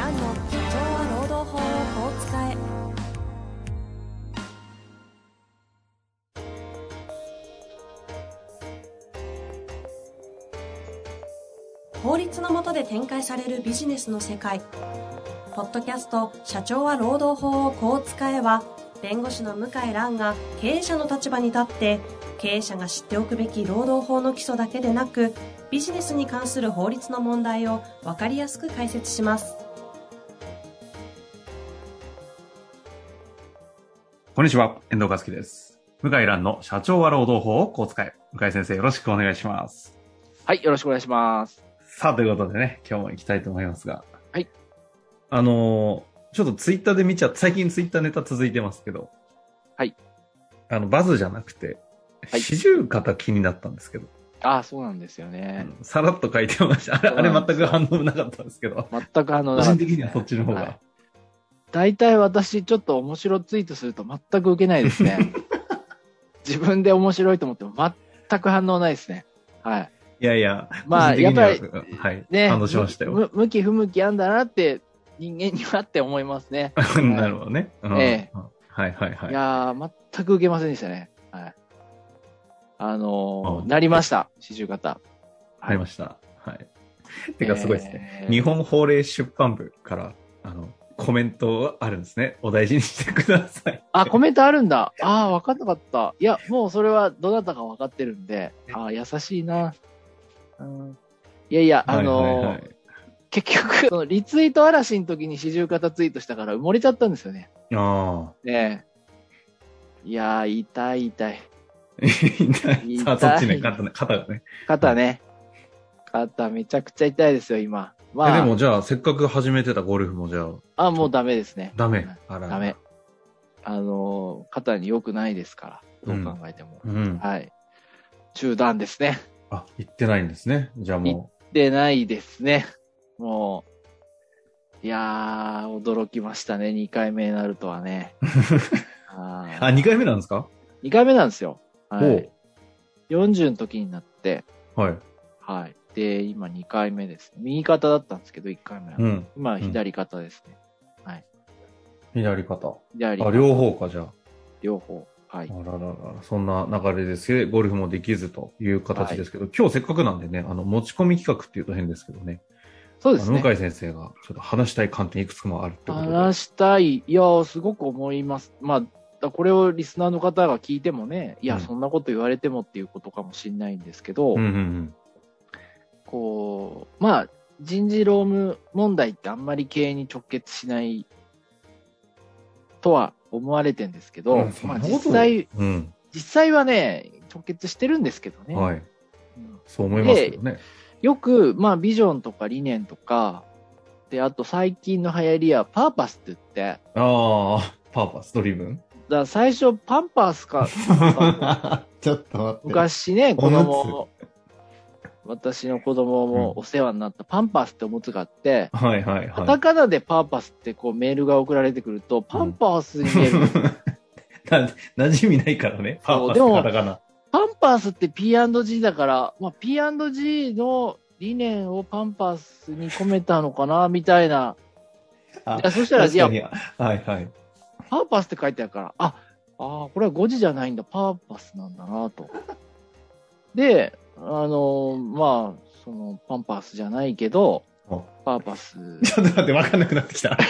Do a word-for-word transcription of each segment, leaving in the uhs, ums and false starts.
蘭の社長は労働法をこう使え。法律の下で展開されるビジネスの世界。ポッドキャスト社長は労働法をこう使えは、弁護士の向井蘭が経営者の立場に立って経営者が知っておくべき労働法の基礎だけでなく、ビジネスに関する法律の問題を分かりやすく解説します。 こんにちは、遠藤和樹です。向井蘭の社長は労働法をこう使え。向井先生、よろしくお願いします。 はい、よろしくお願いします。 さあ、ということでね、今日も行きたいと思いますが。 はい。 あのー、ちょっとツイッターで見ちゃって、最近ツイッターネタ続いてますけど。 はい。 あの、バズじゃなくて、 はい、 四十肩気になったんですけど。 ああ、そうなんですよね。 うん、さらっと書いてました。あれ、あれ全く反応なかったんですけど。 全く反応なかった、ね。 個人的にはそっちの方が。はい、 大体私、ちょっと面白ツイートすると全く受けないですね。自分で面白いと思っても全く反応ないですね。はい。 いやいや、 まあ、やっぱり、 はい、 ね、 反応しましたよ。 向き不向きあんだなって、人間にはって思いますね。 なるほどね。うん、 ええ。 はいはいはい。 いやー、全く受けませんでしたね。はい。あのー、なりました。四十肩。 なりました。はい。てかすごいですね。えー、日本法令出版部から、あの、コメントあるんですね。お大事にしてください。 あ、コメントあるんだ。ああ、わかんなかった。いや、もうそれはどなたかわかってるんで、ああ、優しいな。うん、いやいや、あのーはいはいはい、結局、そのリツイート嵐の時に四十肩ツイートしたから埋もれちゃったんですよね。 ああ。 ねえ。いやー、痛い痛い。 痛い。さあ、そっちね、肩ね、肩がね。 肩ね。肩めちゃくちゃ痛いですよ、今。 まあ。え、でもじゃあ、せっかく始めてたゴルフもじゃあ。 あ、もうダメですね。 ダメ。あら。 ダメ。あのー、肩に良くないですから、どう考えても。 うんうん、 はい。中断ですね。 あ、行ってないんですね。じゃあもう。 行ってないですね。もう、いやー、驚きましたね。にかいめになるとはね。 あ, あ、にかいめなんですか？ に 回目なんですよ。はい。よんじゅうの時になって。 はい。 はい。で、今にかいめです。右肩だったんですけど、いっかいめは。うん、今、左肩ですね、うん。はい。 左肩。 左肩。 あ、両方か、じゃあ。 両方。はい。 あららら、そんな流れですけど、ゴルフもできずという形ですけど、はい、今日せっかくなんでね、あの、持ち込み企画っていうと変ですけどね。 そうですね。 向井先生がちょっと話したい観点いくつもあるってことで。 話したい。いや、すごく思います。まあ、これをリスナーの方が聞いてもね、いや、うん、そんなこと言われてもっていうことかもしれないんですけど、 うんうんうん、 こう、まあ、人事労務問題ってあんまり経営に直結しないとは思われてるんですけど、うん、まあ、実際、うん、実際はね、直結してるんですけどね。 はい。うん、そう思いますけどね。 よく、まあ、ビジョンとか理念とか、で、あと最近の流行りはパーパスって言って。 ああ、パーパスドリブン？ だから最初パンパースか。 ちょっと待って。 昔ね、子供、私の子供もお世話になったパンパースっておむつがあって、 うん、はいはいはい。 カタカナでパーパスってこうメールが送られてくると、パンパースに見える。うん、 な馴染みないからね、パーパスってカタカナ。 パンパースって ピーアンドジー だから、まあ、ピーアンドジー の理念をパンパースに込めたのかな、みたいな。 あ、 いやそしたら、いや、 はいはい。 パーパスって書いてあるから、あ、あ、これはごじじゃないんだ、パーパスなんだなと。で、あの、まあ、その、パンパスじゃないけど、パーパス。 ちょっと待って、わかんなくなってきた。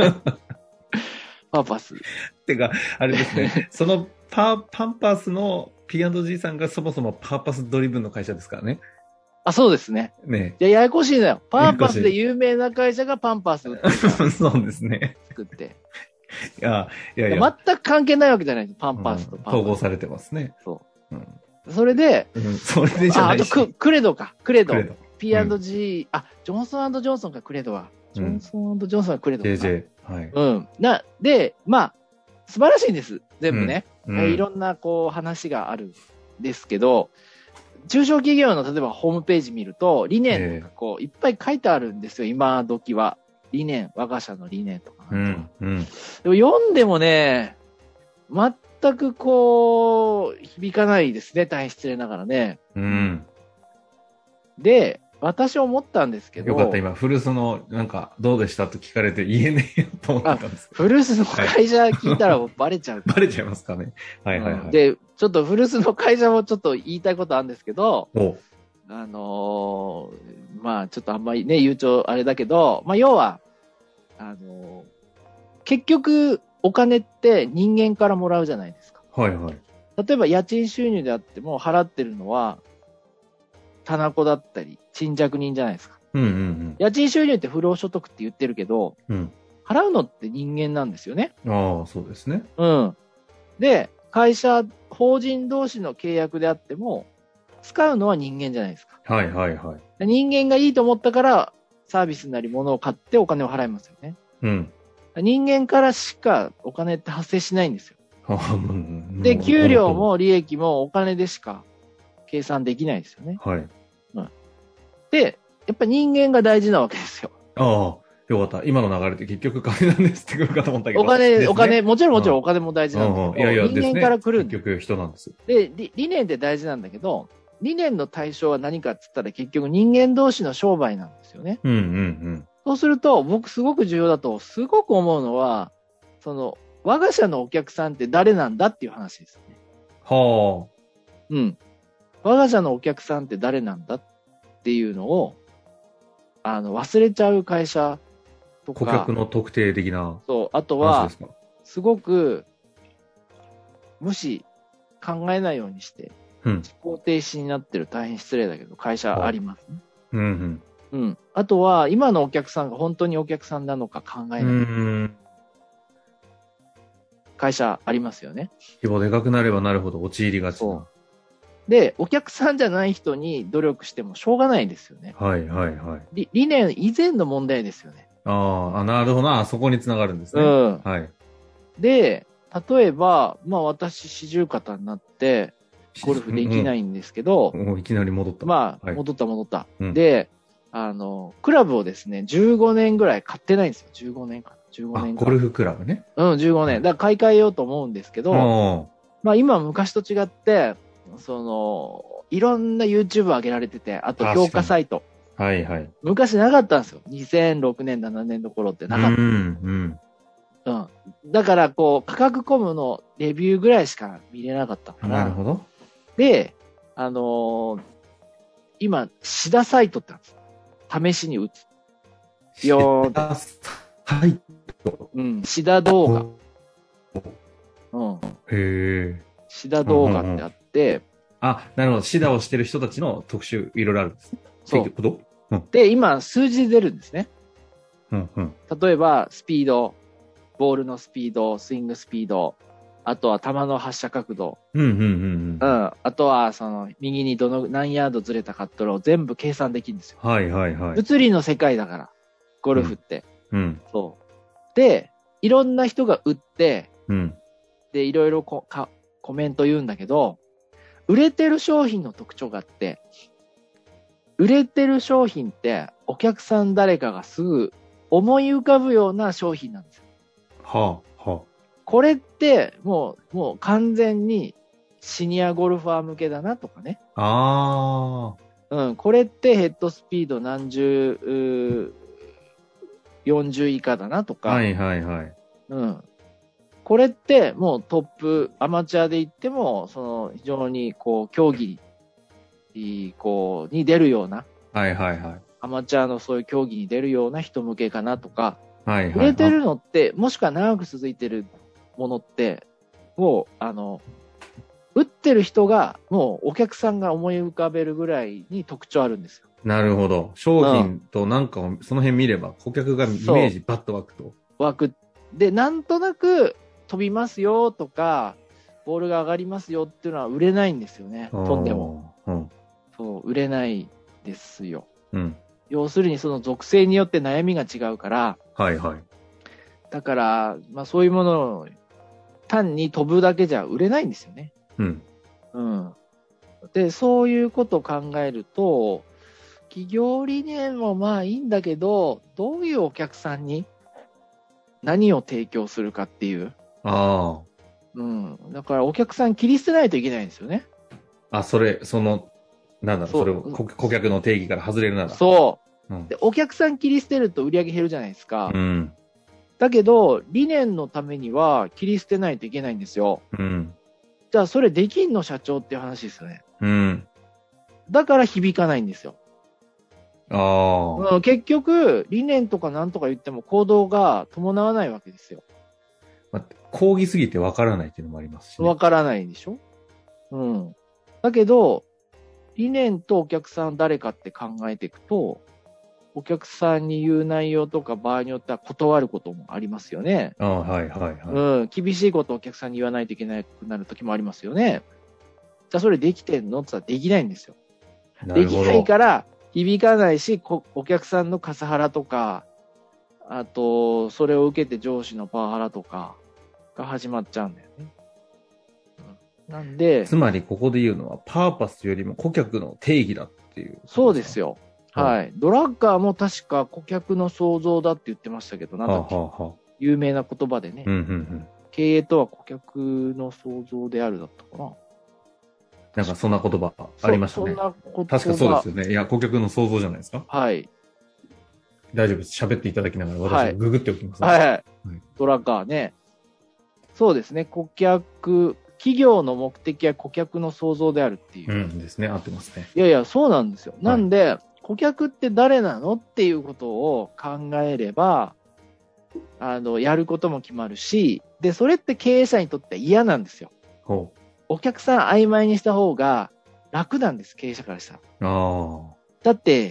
パーパス。 てか、あれですね、そのパ、パンパスの ピーアンドジー さんがそもそもパーパスドリブンの会社ですからね。 あ、そうですね。 ねいや、ややこしいのよ。パーパスで有名な会社がパンパス売ってる。 そうですね。 作って。 いや、いやいや。 全く関係ないわけじゃないです。パンパスとパンパス。 統合されてますね。 そう。うん、それで、 うん、それでじゃないし。 あ、あとク、クレドか。クレド。クレド ピーアンドジー、うん、あ、ジョンソン&ジョンソンか、クレドは。ジョンソン&ジョンソンはクレドか。 ジェージェー。はい。 うん。な、で、まあ、素晴らしいんです。全部ね。 うんうん、 いろんな、こう、話があるんですけど、中小企業の例えばホームページ見ると、理念がこう、いっぱい書いてあるんですよ、今時は。理念、我が社の理念とか。 うんうん、 でも読んでもね、全くこう、響かないですね、大変失礼ながらね。 うん、 で、 私思ったんですけど。 よかった、今、古巣の、なんか、どうでしたと聞かれて言えねえよと思ってたんです。 古巣の会社聞いたらバレちゃう、 バレちゃいますかね。はいはいはい。 うん、で、ちょっと古巣の会社もちょっと言いたいことあるんですけど、 おあのー、まあちょっとあんまりね、悠長あれだけど、まあ要は、あのー、結局お金って人間からもらうじゃないですか。 はいはい。 例えば家賃収入であっても払ってるのは、店子だったり、賃借人じゃないですか。 うんうんうん。 家賃収入って不労所得って言ってるけど、 うん、 払うのって人間なんですよね。 ああ、そうですね。 うん。で、会社、法人同士の契約であっても、使うのは人間じゃないですか。 はいはいはい。 人間がいいと思ったから、サービスなり物を買ってお金を払いますよね。 うん。 人間からしかお金って発生しないんですよ。で、 で、 給料も利益もお金でしか計算できないですよね。 はい。 うん。で、やっぱ人間が大事なわけですよ。 ああ、よかった。今の流れって結局金なんですってくるかと思ったけど。 お金、 ね、 お金、もちろんもちろんお金も大事なんだけど、 うんうん、いやいや人間から来るんですね。結局人なんです。 で、理念って大事なんだけど、理念の対象は何かっつったら結局人間同士の商売なんですよね。 うんうんうん。 そうすると、僕すごく重要だと、すごく思うのは、その、我が社のお客さんって誰なんだっていう話ですね。 はあ。 うん。我が社のお客さんって誰なんだっていうのを、あの、忘れちゃう会社とか。 顧客の特定的な。 そう。あとは、すごく、無視、考えないようにして、 うん、 思考停止になってる、大変失礼だけど、会社ありますね。 うんうんうん。あとは、今のお客さんが本当にお客さんなのか考えない。 うん会社ありますよね。 規模でかくなればなるほど陥りがちな。 で、お客さんじゃない人に努力してもしょうがないですよね。 はいはいはい。 理、理念以前の問題ですよね。 ああ、なるほどな。そこにつながるんですね。 うん。 はい。 で、例えば、まあ私、四十肩になって、ゴルフできないんですけど、 うん、いきなり戻った。 まあ、 はい、 戻った戻った、 うん。 で、あの、クラブをですね、じゅうごねんぐらい買ってないんですよ。じゅうごねんかな。じゅうごねんか。 ゴルフクラブね。 うん、じゅうごねん。だから買い替えようと思うんですけど、まあ今昔と違って、その、いろんな YouTube 上げられてて、あと評価サイト。 はいはい。 昔なかったんですよ。にせんろくねん、ななねんの頃ってなかった。 うん、うん。 うん。だから、こう、価格コムのレビューぐらいしか見れなかったから。 なるほど。 で、あのー、今、シダサイトってあるんです。試しに打つ。よーん。 サイト。 うん。シダ動画。うん。 へえ。 シダ動画ってあって、うんうんうん、 あ、なるほど。シダをしてる人たちの特集、いろいろあるんです。 そう。 こと、うん、 で、今、数字出るんですね。 うんうん、 例えば、スピード、ボールのスピード、スイングスピード、あとは球の発射角度。 うんうんうんうん。うん。 あとは、その、右にどの、何ヤードずれたかっていうのを全部計算できるんですよ。 はいはいはい。 物理の世界だから、ゴルフって。 うん。うん、 そう。で、いろんな人が打って、 うん、 で、いろいろこかコメント言うんだけど、売れてる商品の特徴があって、売れてる商品って、お客さん誰かがすぐ思い浮かぶような商品なんですよ。 はあ、はあ。 これって、もう、もう完全にシニアゴルファー向けだなとかね。 ああ。うん、これってヘッドスピード何十、よんじゅう以下だなとか。 はいはいはい。 うん。これってもうトップ、アマチュアで言っても、その非常にこう、競技に、こう、に出るような。 はいはいはい。 アマチュアのそういう競技に出るような人向けかなとか。 はいはい。 売れてるのって、もしくは長く続いてるものって、もう、あの、打ってる人が、もうお客さんが思い浮かべるぐらいに特徴あるんですよ。 なるほど。商品となんかをその辺見れば、顧客がイメージバッと湧くと。 湧く。で、なんとなく飛びますよとか、ボールが上がりますよっていうのは売れないんですよね。飛んでも。うん、そう、売れないですよ。 うん。 要するにその属性によって悩みが違うから。 はいはい。 だから、まあそういうものを単に飛ぶだけじゃ売れないんですよね。 うん。 うん。で、そういうことを考えると、企業理念もまあいいんだけど、どういうお客さんに何を提供するかっていう。 ああ。 うん。だからお客さん切り捨てないといけないんですよね。 あ、それ、その、 なんだろう、それを顧顧客の定義から外れるなら。 そう。 うん、 で、お客さん切り捨てると売り上げ減るじゃないですか。 うん。 だけど、理念のためには切り捨てないといけないんですよ。 うん。 じゃあ、それできんの社長っていう話ですよね。 うん。だから響かないんですよ。 ああ、 うん。結局、理念とかなんとか言っても行動が伴わないわけですよ。 まあ、講義すぎてわからないっていうのもありますし、ね。 わからないでしょ？うん。だけど、理念とお客さん誰かって考えていくと、お客さんに言う内容とか場合によっては断ることもありますよね。 ああ、はいはいはい。 うん。厳しいことをお客さんに言わないといけなくなる時もありますよね。じゃあそれできてんのって言ったらできないんですよ。できないから響かないし、お客さんのカスハラとか、あと、それを受けて上司のパワハラとかが始まっちゃうんだよね。うん、なんで。 つまりここで言うのは、パーパスよりも顧客の定義だっていう。 そうですよ。はい。ドラッカーも確か顧客の創造だって言ってましたけど、なんだっけ、はあはあ、有名な言葉でね、 うんうんうん。 経営とは顧客の創造であるだったかな。 なんかそんな言葉ありましたね。そんな言葉。確かそうですよね。いや、顧客の創造じゃないですか。 はい。 大丈夫です。喋っていただきながら私はググっておきます、 ね。はい、はい、はい。ドラッカーね。そうですね。顧客、企業の目的は顧客の創造であるっていう。 うんですね。合ってますね。 いやいや、そうなんですよ。なんで、はい、顧客って誰なのっていうことを考えれば、あの、やることも決まるし、で、それって経営者にとって嫌なんですよ。 ほう。 お客さん曖昧にした方が楽なんです、経営者からしたら。 あだって、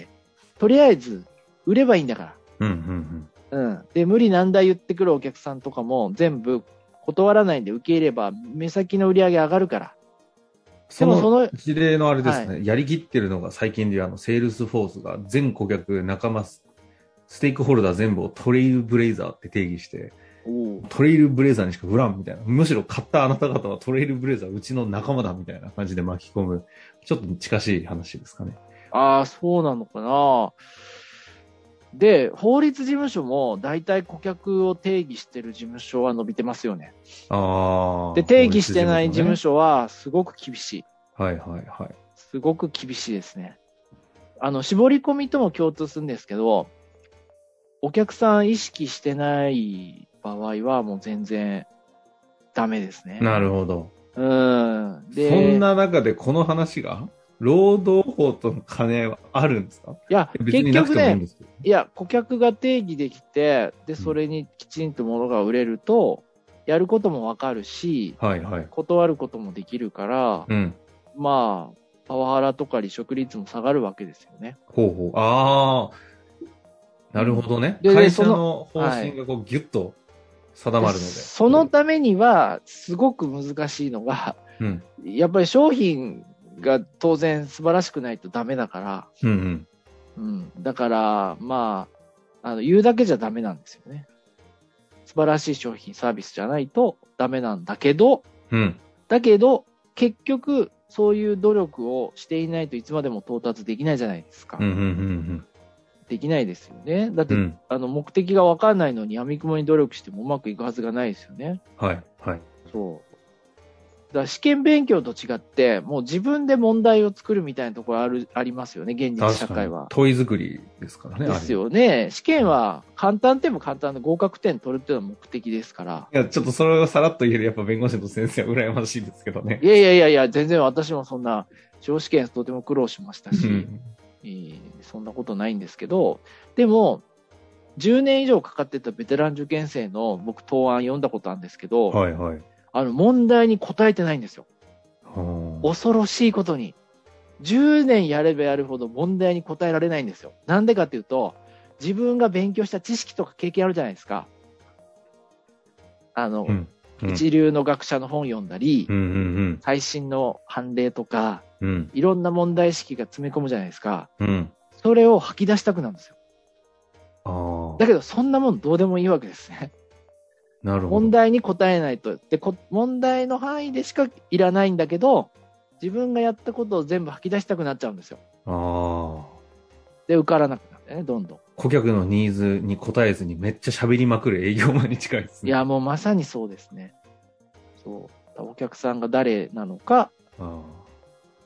とりあえず、売ればいいんだから。 うんうんうん。うん。で、無理難題言ってくるお客さんとかも全部断らないで受け入れれば、目先の売り上げ上がるから。 その、その事例のあれですね、はい、やりきってるのが最近であの、セールスフォースが全顧客、仲間、ステークホルダー全部をトレイルブレイザーって定義して、トレイルブレイザーにしか売らんみたいな。むしろ買ったあなた方はトレイルブレイザーうちの仲間だみたいな感じで巻き込む。ちょっと近しい話ですかね。 ああ、そうなのかな。で、法律事務所も大体顧客を定義してる事務所は伸びてますよね。 ああ。 で、定義してない事務所はすごく厳しい。 はいはいはい。 すごく厳しいですね。あの、絞り込みとも共通するんですけど、お客さん意識してない場合はもう全然ダメですね。 なるほど。 うん。 で、そんな中でこの話が労働法との兼ね合いはあるんですか？ いや、 別になくてもいいんですけど、 ね、いや、顧客が定義できて、で、それにきちんと物が売れると、うん、やることもわかるし、はいはい、断ることもできるから、うん、まあ、パワハラとか離職率も下がるわけですよね。 ほうほう。ああ。なるほどね。うん、会社の方針がこうギュッと定まるので。 そのためには、すごく難しいのが、うん、やっぱり商品が当然素晴らしくないとダメだから、うんうんうん、だから、まあ、あの、言うだけじゃダメなんですよね。素晴らしい商品、サービスじゃないとダメなんだけど、うん、だけど、結局、そういう努力をしていないといつまでも到達できないじゃないですか。うんうんうんうんできないですよね。だって、うん、あの、目的が分かんないのに、闇雲に努力してもうまくいくはずがないですよね。 はい、はい。 そう。だから試験勉強と違って、もう自分で問題を作るみたいなところある、ありますよね、現実社会は。 問い作りですからね。 ですよね。試験は簡単でも簡単で合格点取るっていうのは目的ですから。 いや、ちょっとそれをさらっと言えるやっぱ弁護士の先生は羨ましいですけどね。 いやいやいやいや、全然私もそんな、司法試験とても苦労しましたし。うんえー、そんなことないんですけど、でも、じゅうねん以上かかってたベテラン受験生の僕答案読んだことあるんですけど、はいはい、あの問題に答えてないんですよ。恐ろしいことに。じゅうねんやればやるほど問題に答えられないんですよ。なんでかっていうと、自分が勉強した知識とか経験あるじゃないですか。あの、うんうん、一流の学者の本読んだり、うんうんうん、最新の判例とか、うん、いろんな問題意識が詰め込むじゃないですか。うん、それを吐き出したくなるんですよ。あだけど、そんなもんどうでもいいわけですね。なるほど。問題に答えないと。で、問題の範囲でしかいらないんだけど、自分がやったことを全部吐き出したくなっちゃうんですよ。あで、受からなくなってね、どんどん。 顧客のニーズに応えずにめっちゃ喋りまくる営業マンに近いですね。 いや、もうまさにそうですね。そう。お客さんが誰なのか、あ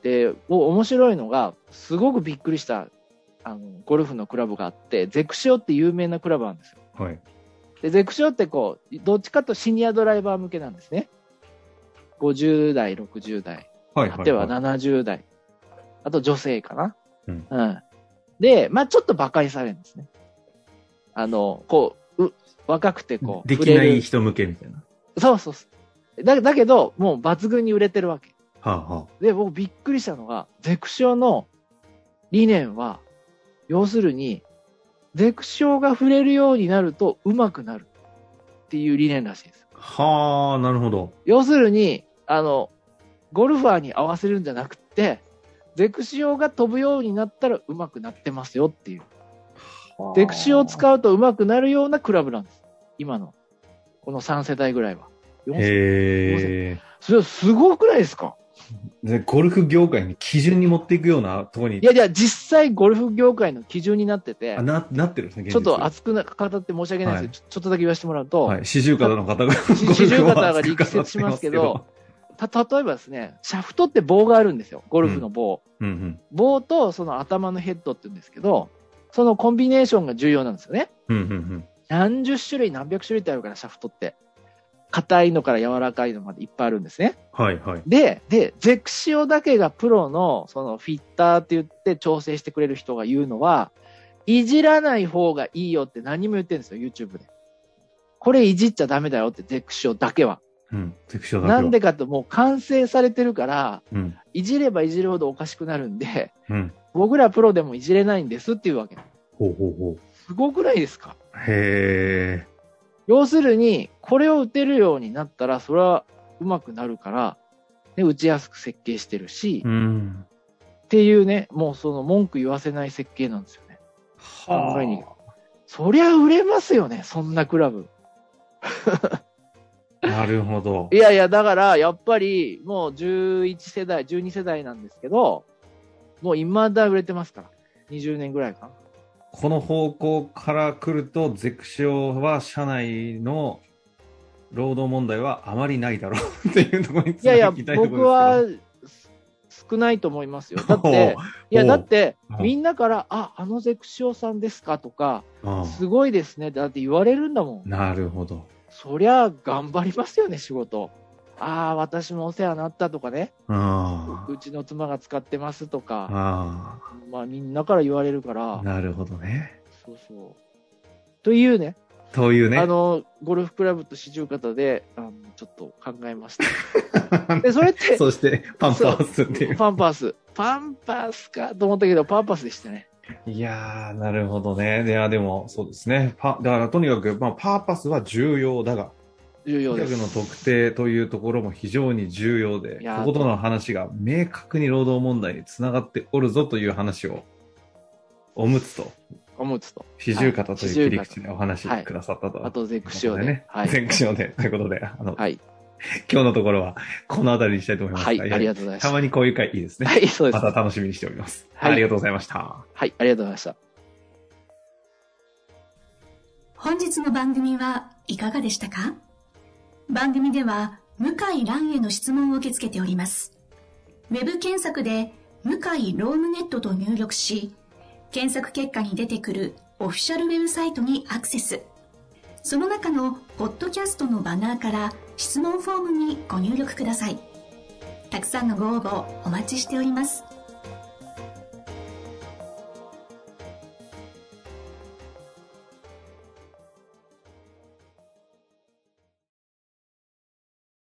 で、面白いのが、すごくびっくりした、あの、ゴルフのクラブがあって、ゼクシオって有名なクラブなんですよ。 はい。 で、ゼクシオってこう、どっちかとシニアドライバー向けなんですね。ごじゅう代、ろくじゅう代。はい、はい。ではななじゅう代。あと女性かな。うん。うん。で、まあちょっと馬鹿にされるんですね。あの、こう、う若くてこう。 できない人向けみたいな。 そうそうそう。だ、だけど、もう抜群に売れてるわけ。 はあはあ、 で、僕びっくりしたのが、ゼクシオの理念は、要するに、ゼクシオが触れるようになると上手くなるっていう理念らしいです。 はあ、なるほど。 要するに、あの、ゴルファーに合わせるんじゃなくて、ゼクシオが飛ぶようになったら上手くなってますよっていう。ゼクシオを使うと上手くなるようなクラブなんです。今の。このさん世代ぐらいは。 へー。 それすごくないですか？ で、ゴルフ業界に基準に持っていくようなところに。 いやいや、実際ゴルフ業界の基準になってて。 あ、な、なってるんですね、 ちょっと熱くな語って申し訳ないですけど、はい、ちょっとだけ言わせてもらうと。 はい。四十肩の方が。 四十肩が力説しますけど、た、例えばですね、シャフトって棒があるんですよ。ゴルフの棒。うんうんうん、棒とその頭のヘッドって言うんですけど、そのコンビネーションが重要なんですよね。うんうんうん、何十種類何百種類ってあるから、シャフトって。硬いのから柔らかいのまでいっぱいあるんですね。 はいはい。 で、で、ゼクシオだけがプロのそのフィッターって言って調整してくれる人が言うのは、いじらない方がいいよって何も言ってるんですよ、YouTube で。これいじっちゃダメだよって、ゼクシオだけは。 うん、ゼクシオだけは。 なんでかともう完成されてるから、 うん、 いじればいじるほどおかしくなるんで、 うん、 僕らプロでもいじれないんですっていうわけ。 ほうほうほう。 すごくないですか？ へー。 要するに、これを打てるようになったら、それは上手くなるから、で、打ちやすく設計してるし、 うん、 っていうね、もうその文句言わせない設計なんですよね。 はあ。 にそりゃ売れますよね、そんなクラブ。 なるほど。 いやいや、だから、やっぱり、もうじゅういち世代、じゅうに世代なんですけど、もう未だ売れてますから。にじゅうねんぐらいかな。 この方向から来ると、ゼクシオは社内の労働問題はあまりないだろうっていうところにつなげていきたいところですけど。いやいや、 僕は少ないと思いますよ。だって、いや、だって、みんなから、あ、あのゼクシオさんですかとか、すごいですね。だって言われるんだもん。 なるほど。 そりゃ、頑張りますよね、仕事。ああ、私もお世話になったとかね。 あうちの妻が使ってますとか。 あまあみんなから言われるから。 なるほどね。 そうそう。というね。 というね。 あの、ゴルフクラブと四十肩で、あの、ちょっと考えました。で、それって。 そして、パンパースっていう。 パンパース。パンパースかと思ったけど、パンパースでしたね。 いやー、なるほどね。いや、でも、そうですね。パ、だからとにかく、まあ、パーパスは重要だが、 重要です。 顧客の特定というところも非常に重要で、こことの話が明確に労働問題につながっておるぞという話を、おむつと、 おむつと、 四十肩という切り口でお話しくださったと、 はい。あとゼクシオでね。 はい。ゼクシオで、ということで、あの、 はい。 今日のところはこのあたりにしたいと思います。 はい、ありがとうございます。 たまにこういう回いいですね。 はい、そうです。 また楽しみにしております。はい。ありがとうございました。 はい、ありがとうございました。 本日の番組はいかがでしたか？番組では向井蘭への質問を受け付けております。ウェブ検索で向井ロームネットと入力し、検索結果に出てくるオフィシャルウェブサイトにアクセス。その中のポッドキャストのバナーから質問フォームにご入力ください。たくさんのご応募お待ちしております。